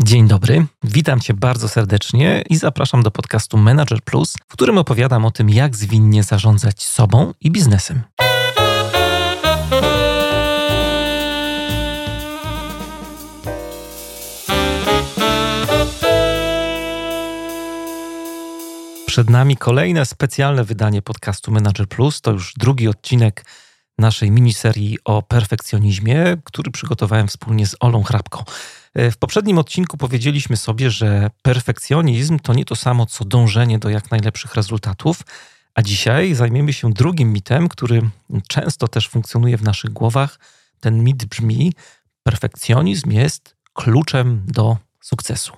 Dzień dobry, witam Cię bardzo serdecznie i zapraszam do podcastu Manager Plus, w którym opowiadam o tym, jak zwinnie zarządzać sobą i biznesem. Przed nami kolejne specjalne wydanie podcastu Manager Plus. To już drugi odcinek naszej miniserii o perfekcjonizmie, który przygotowałem wspólnie z Olą Hrabko. W poprzednim odcinku powiedzieliśmy sobie, że perfekcjonizm to nie to samo, co dążenie do jak najlepszych rezultatów, a dzisiaj zajmiemy się drugim mitem, który często też funkcjonuje w naszych głowach. Ten mit brzmi: perfekcjonizm jest kluczem do sukcesu.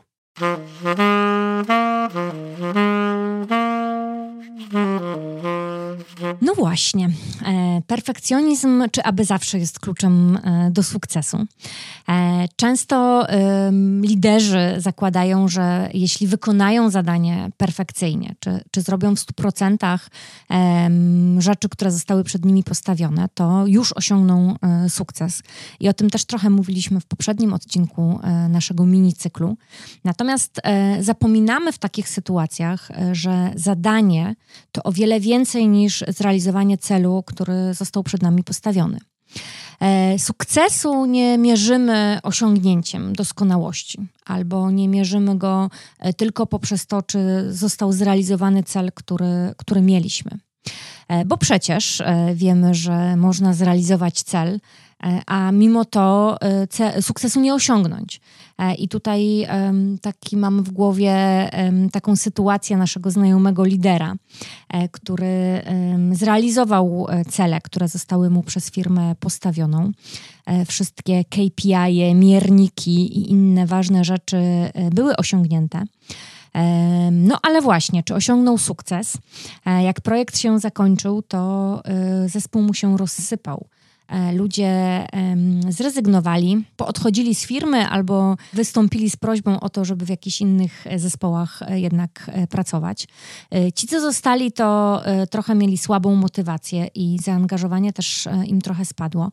No właśnie, perfekcjonizm czy aby zawsze jest kluczem do sukcesu. Często liderzy zakładają, że jeśli wykonają zadanie perfekcyjnie, czy zrobią w 100% rzeczy, które zostały przed nimi postawione, to już osiągną sukces. I o tym też trochę mówiliśmy w poprzednim odcinku naszego minicyklu. Natomiast zapominamy w takich sytuacjach, że zadanie to o wiele więcej niż zrealizowanie celu, który został przed nami postawiony. Sukcesu nie mierzymy osiągnięciem doskonałości, albo nie mierzymy go tylko poprzez to, czy został zrealizowany cel, który mieliśmy. Bo przecież wiemy, że można zrealizować cel, a mimo to sukcesu nie osiągnąć. I tutaj mam w głowie taką sytuację naszego znajomego lidera, który zrealizował cele, które zostały mu przez firmę postawioną. Wszystkie KPI, mierniki i inne ważne rzeczy były osiągnięte. No ale właśnie, czy osiągnął sukces? Jak projekt się zakończył, to zespół mu się rozsypał. Ludzie zrezygnowali, poodchodzili z firmy albo wystąpili z prośbą o to, żeby w jakichś innych zespołach jednak pracować. Ci, co zostali, to trochę mieli słabą motywację i zaangażowanie też im trochę spadło.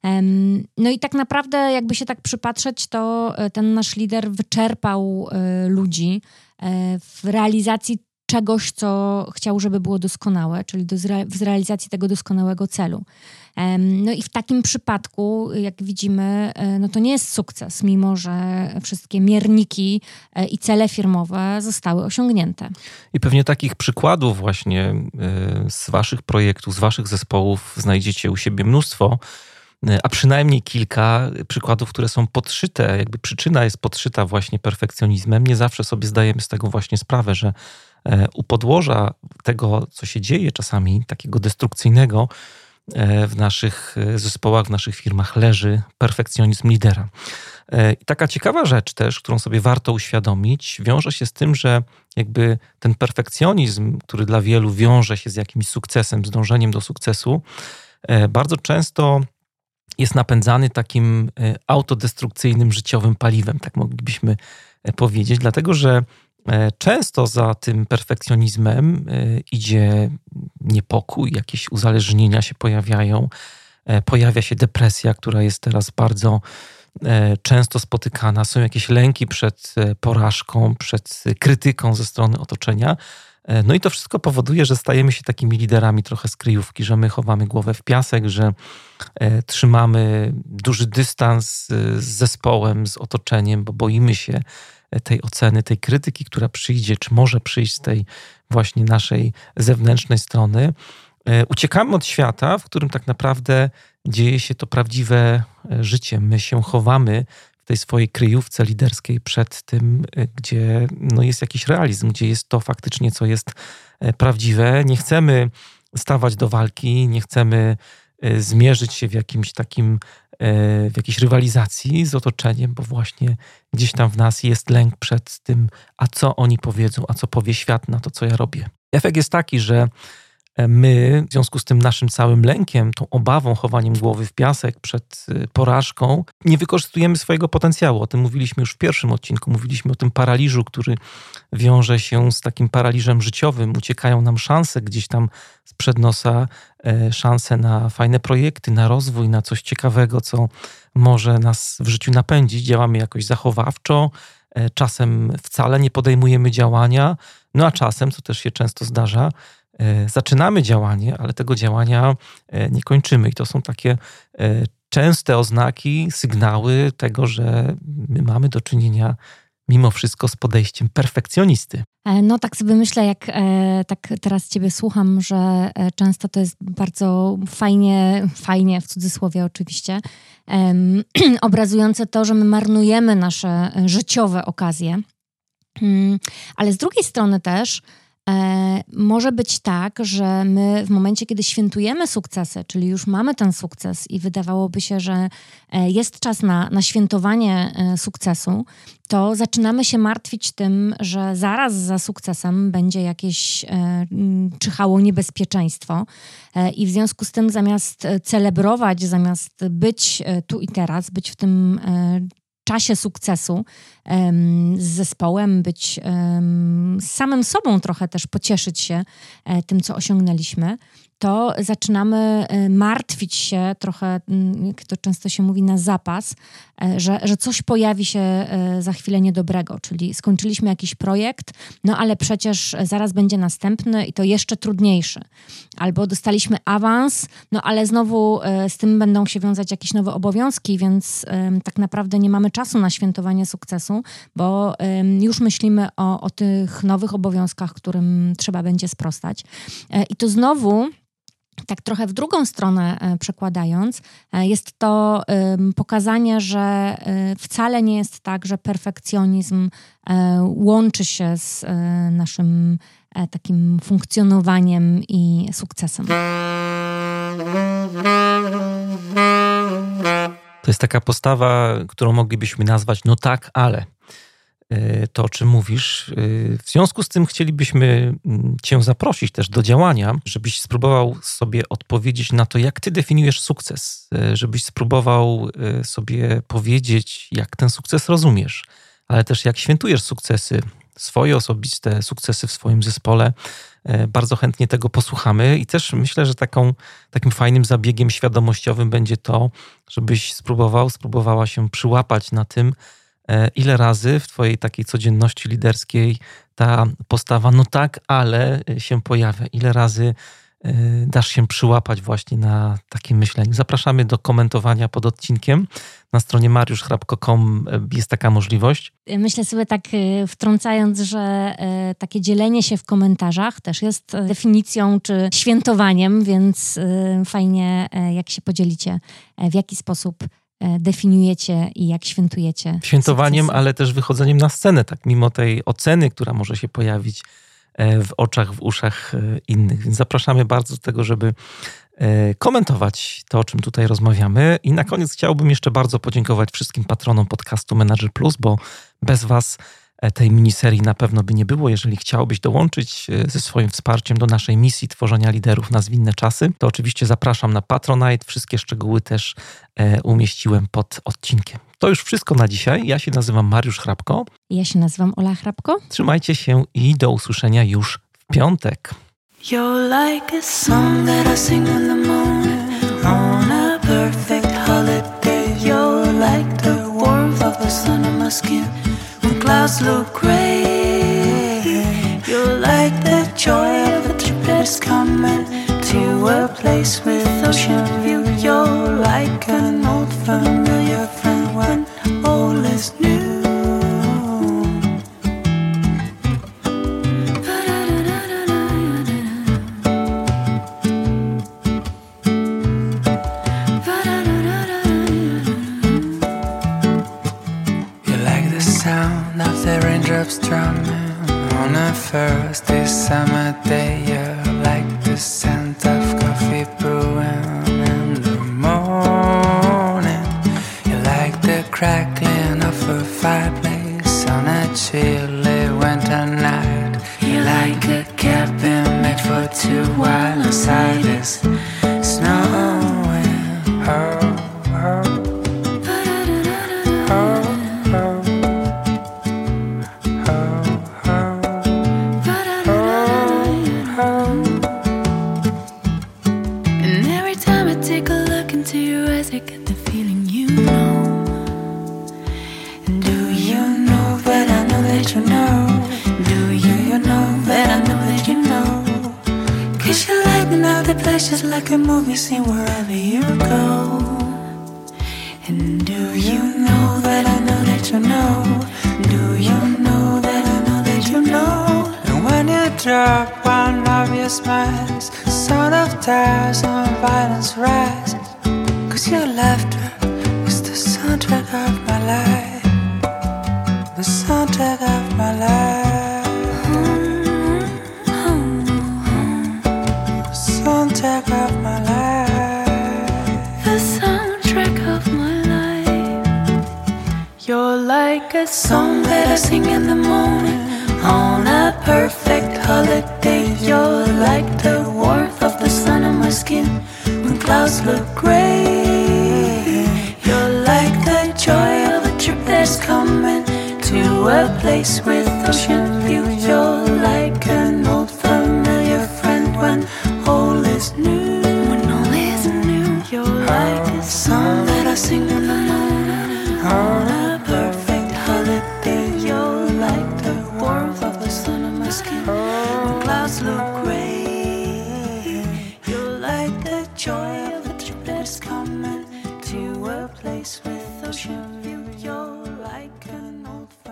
No i tak naprawdę, jakby się tak przypatrzeć, to ten nasz lider wyczerpał ludzi w realizacji czegoś, co chciał, żeby było doskonałe, czyli w realizacji tego doskonałego celu. No i w takim przypadku, jak widzimy, no to nie jest sukces, mimo że wszystkie mierniki i cele firmowe zostały osiągnięte. I pewnie takich przykładów właśnie z waszych projektów, z waszych zespołów znajdziecie u siebie mnóstwo, a przynajmniej kilka przykładów, które są podszyte, jakby przyczyna jest podszyta właśnie perfekcjonizmem. Nie zawsze sobie zdajemy z tego właśnie sprawę, że u podłoża tego, co się dzieje czasami, takiego destrukcyjnego w naszych zespołach, w naszych firmach leży perfekcjonizm lidera. I taka ciekawa rzecz też, którą sobie warto uświadomić, wiąże się z tym, że jakby ten perfekcjonizm, który dla wielu wiąże się z jakimś sukcesem, z dążeniem do sukcesu, bardzo często jest napędzany takim autodestrukcyjnym życiowym paliwem, tak moglibyśmy powiedzieć, dlatego że często za tym perfekcjonizmem idzie niepokój, jakieś uzależnienia się pojawiają, pojawia się depresja, która jest teraz bardzo często spotykana, są jakieś lęki przed porażką, przed krytyką ze strony otoczenia. No i to wszystko powoduje, że stajemy się takimi liderami trochę z kryjówki, że my chowamy głowę w piasek, że trzymamy duży dystans z zespołem, z otoczeniem, bo boimy się tej oceny, tej krytyki, która przyjdzie, czy może przyjść z tej właśnie naszej zewnętrznej strony. Uciekamy od świata, w którym tak naprawdę dzieje się to prawdziwe życie. My się chowamy w tej swojej kryjówce liderskiej przed tym, gdzie jest jakiś realizm, gdzie jest to faktycznie, co jest prawdziwe. Nie chcemy stawać do walki, nie chcemy zmierzyć się w jakimś takim, w jakiejś rywalizacji z otoczeniem, bo właśnie gdzieś tam w nas jest lęk przed tym, a co oni powiedzą, a co powie świat na to, co ja robię. Efekt jest taki, że my w związku z tym naszym całym lękiem, tą obawą, chowaniem głowy w piasek przed porażką, nie wykorzystujemy swojego potencjału. O tym mówiliśmy już w pierwszym odcinku. Mówiliśmy o tym paraliżu, który wiąże się z takim paraliżem życiowym. Uciekają nam szanse gdzieś tam sprzed nosa, szanse na fajne projekty, na rozwój, na coś ciekawego, co może nas w życiu napędzić. Działamy jakoś zachowawczo, czasem wcale nie podejmujemy działania, no a czasem, co też się często zdarza, zaczynamy działanie, ale tego działania nie kończymy. I to są takie częste oznaki, sygnały tego, że my mamy do czynienia mimo wszystko z podejściem perfekcjonisty. No tak sobie myślę, jak tak teraz ciebie słucham, że często to jest bardzo fajnie w cudzysłowie oczywiście, obrazujące to, że my marnujemy nasze życiowe okazje. Ale z drugiej strony też może być tak, że my w momencie, kiedy świętujemy sukcesy, czyli już mamy ten sukces i wydawałoby się, że jest czas na świętowanie sukcesu, to zaczynamy się martwić tym, że zaraz za sukcesem będzie jakieś czyhało niebezpieczeństwo i w związku z tym zamiast celebrować, zamiast być tu i teraz, być w tym czasie sukcesu z zespołem, być z samym sobą trochę też pocieszyć się tym, co osiągnęliśmy, to zaczynamy martwić się trochę, jak to często się mówi, na zapas, że coś pojawi się za chwilę niedobrego, czyli skończyliśmy jakiś projekt, no ale przecież zaraz będzie następny i to jeszcze trudniejszy. Albo dostaliśmy awans, no ale znowu z tym będą się wiązać jakieś nowe obowiązki, więc tak naprawdę nie mamy czasu na świętowanie sukcesu, bo już myślimy o tych nowych obowiązkach, którym trzeba będzie sprostać. I to znowu tak trochę w drugą stronę przekładając, jest to pokazanie, że wcale nie jest tak, że perfekcjonizm łączy się z naszym takim funkcjonowaniem i sukcesem. To jest taka postawa, którą moglibyśmy nazwać no tak, ale. To, o czym mówisz. W związku z tym chcielibyśmy cię zaprosić też do działania, żebyś spróbował sobie odpowiedzieć na to, jak ty definiujesz sukces, żebyś spróbował sobie powiedzieć, jak ten sukces rozumiesz, ale też jak świętujesz sukcesy, swoje osobiste sukcesy w swoim zespole. Bardzo chętnie tego posłuchamy i też myślę, że takim fajnym zabiegiem świadomościowym będzie to, żebyś spróbowała się przyłapać na tym, ile razy w twojej takiej codzienności liderskiej ta postawa no tak, ale się pojawia. Ile razy dasz się przyłapać właśnie na takim myśleniu. Zapraszamy do komentowania pod odcinkiem. Na stronie mariuszchrapko.com jest taka możliwość. Myślę sobie tak wtrącając, że takie dzielenie się w komentarzach też jest definicją czy świętowaniem, więc fajnie jak się podzielicie, w jaki sposób definiujecie i jak świętujecie świętowaniem, sukcesy. Ale też wychodzeniem na scenę, tak mimo tej oceny, która może się pojawić w oczach, w uszach innych. Więc zapraszamy bardzo do tego, żeby komentować to, o czym tutaj rozmawiamy. I na koniec chciałbym jeszcze bardzo podziękować wszystkim patronom podcastu Manager Plus, bo bez was tej miniserii na pewno by nie było. Jeżeli chciałbyś dołączyć ze swoim wsparciem do naszej misji tworzenia liderów na zwinne czasy, to oczywiście zapraszam na Patronite. Wszystkie szczegóły też umieściłem pod odcinkiem. To już wszystko na dzisiaj. Ja się nazywam Mariusz Chrapko. Ja się nazywam Ola Chrapko. Trzymajcie się i do usłyszenia już w piątek. You're like a song that I sing in the morning on a perfect holiday. You're like the warmth of the sun on my skin when clouds look gray. You're like the joy of a trip that's coming to a place with ocean view. You're like an old familiar friend when all is new. Sound of the raindrops drumming on a first summer day. You're like the scent of coffee brewing in the morning. You're like the crackling of a fireplace on a chilly winter night. You're like a cabin made for two while inside is snowing. Oh, oh, oh. I get the feeling you know. And do you know that place just like a movie scene wherever you go. And do you know that I know that you know? Do you know that I know that you know? And when you drop one of your smiles, the sound of tears and violence rises. 'Cause your laughter is the soundtrack of my life. The soundtrack of my life. The soundtrack of my life. The soundtrack of my life. You're like a song that I sing in the morning on a perfect holiday. You're like the warmth of the sun on my skin when clouds look gray. You're like the joy of a trip that's coming to a place with ocean view. You're like an old familiar friend when all is new. When all is new. You're like a song that I sing in the morning on a perfect holiday. You're like the warmth of the sun on my skin when clouds look gray. You're like the joy of a trip that's coming to a place with ocean view. You're like an old